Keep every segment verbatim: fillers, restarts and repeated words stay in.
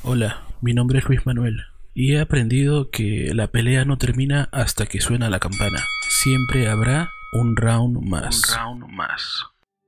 Hola, mi nombre es Luis Manuel y he aprendido que la pelea no termina hasta que suena la campana. Siempre habrá un round más. Un round más.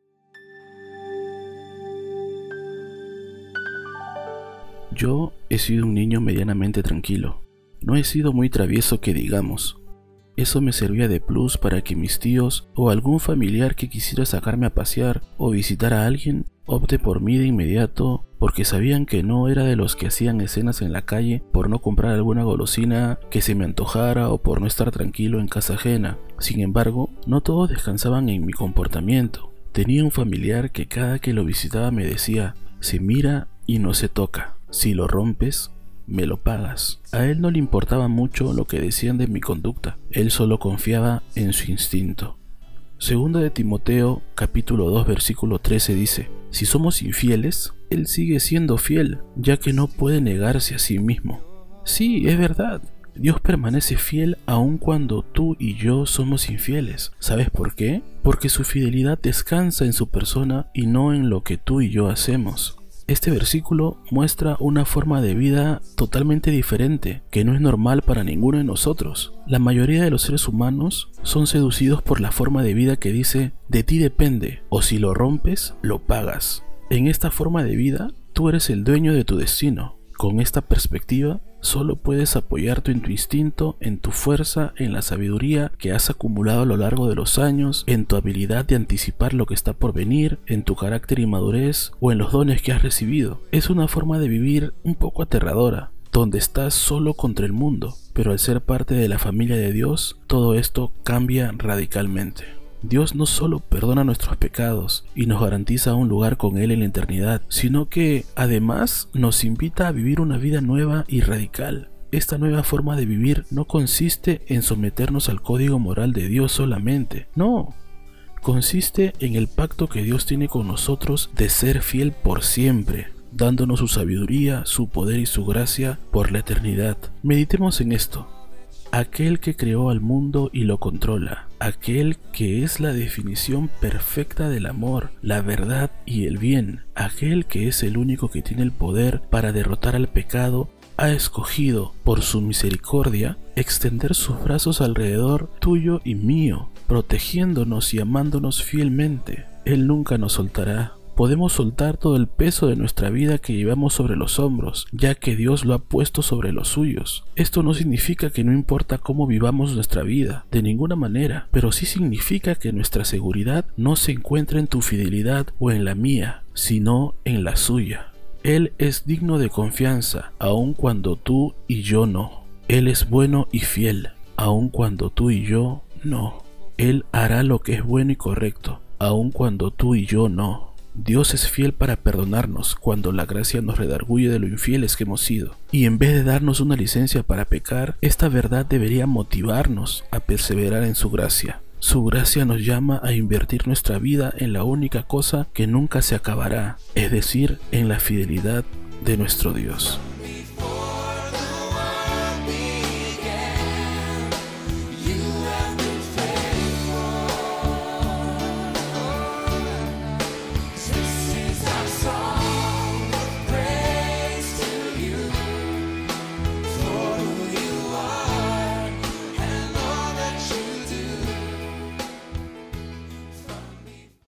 Yo he sido un niño medianamente tranquilo. No he sido muy travieso que digamos. Eso me servía de plus para que mis tíos o algún familiar que quisiera sacarme a pasear o visitar a alguien opte por mí de inmediato, porque sabían que no era de los que hacían escenas en la calle por no comprar alguna golosina que se me antojara o por no estar tranquilo en casa ajena. Sin embargo, no todos descansaban en mi comportamiento. Tenía un familiar que cada que lo visitaba me decía: se mira y no se toca. Si lo rompes, me lo pagas. A él no le importaba mucho lo que decían de mi conducta. Él solo confiaba en su instinto. Segunda de Timoteo, capítulo dos, versículo trece dice: si somos infieles, él sigue siendo fiel, ya que no puede negarse a sí mismo. Sí, es verdad. Dios permanece fiel aun cuando tú y yo somos infieles. ¿Sabes por qué? Porque su fidelidad descansa en su persona y no en lo que tú y yo hacemos. Este versículo muestra una forma de vida totalmente diferente, que no es normal para ninguno de nosotros. La mayoría de los seres humanos son seducidos por la forma de vida que dice: de ti depende, o si lo rompes, lo pagas. En esta forma de vida, tú eres el dueño de tu destino. Con esta perspectiva, solo puedes apoyarte en tu instinto, en tu fuerza, en la sabiduría que has acumulado a lo largo de los años, en tu habilidad de anticipar lo que está por venir, en tu carácter y madurez o en los dones que has recibido. Es una forma de vivir un poco aterradora, donde estás solo contra el mundo, pero al ser parte de la familia de Dios, todo esto cambia radicalmente. Dios no solo perdona nuestros pecados y nos garantiza un lugar con Él en la eternidad, sino que además nos invita a vivir una vida nueva y radical. Esta nueva forma de vivir no consiste en someternos al código moral de Dios solamente, no. Consiste en el pacto que Dios tiene con nosotros de ser fiel por siempre, dándonos su sabiduría, su poder y su gracia por la eternidad. Meditemos en esto. Aquel que creó al mundo y lo controla, aquel que es la definición perfecta del amor, la verdad y el bien, aquel que es el único que tiene el poder para derrotar al pecado, ha escogido, por su misericordia, extender sus brazos alrededor tuyo y mío, protegiéndonos y amándonos fielmente. Él nunca nos soltará. Podemos soltar todo el peso de nuestra vida que llevamos sobre los hombros, ya que Dios lo ha puesto sobre los suyos. Esto no significa que no importa cómo vivamos nuestra vida, de ninguna manera, pero sí significa que nuestra seguridad no se encuentra en tu fidelidad o en la mía, sino en la suya. Él es digno de confianza, aun cuando tú y yo no. Él es bueno y fiel, aun cuando tú y yo no. Él hará lo que es bueno y correcto, aun cuando tú y yo no. Dios es fiel para perdonarnos cuando la gracia nos redarguye de lo infieles que hemos sido. Y en vez de darnos una licencia para pecar, esta verdad debería motivarnos a perseverar en su gracia. Su gracia nos llama a invertir nuestra vida en la única cosa que nunca se acabará, es decir, en la fidelidad de nuestro Dios.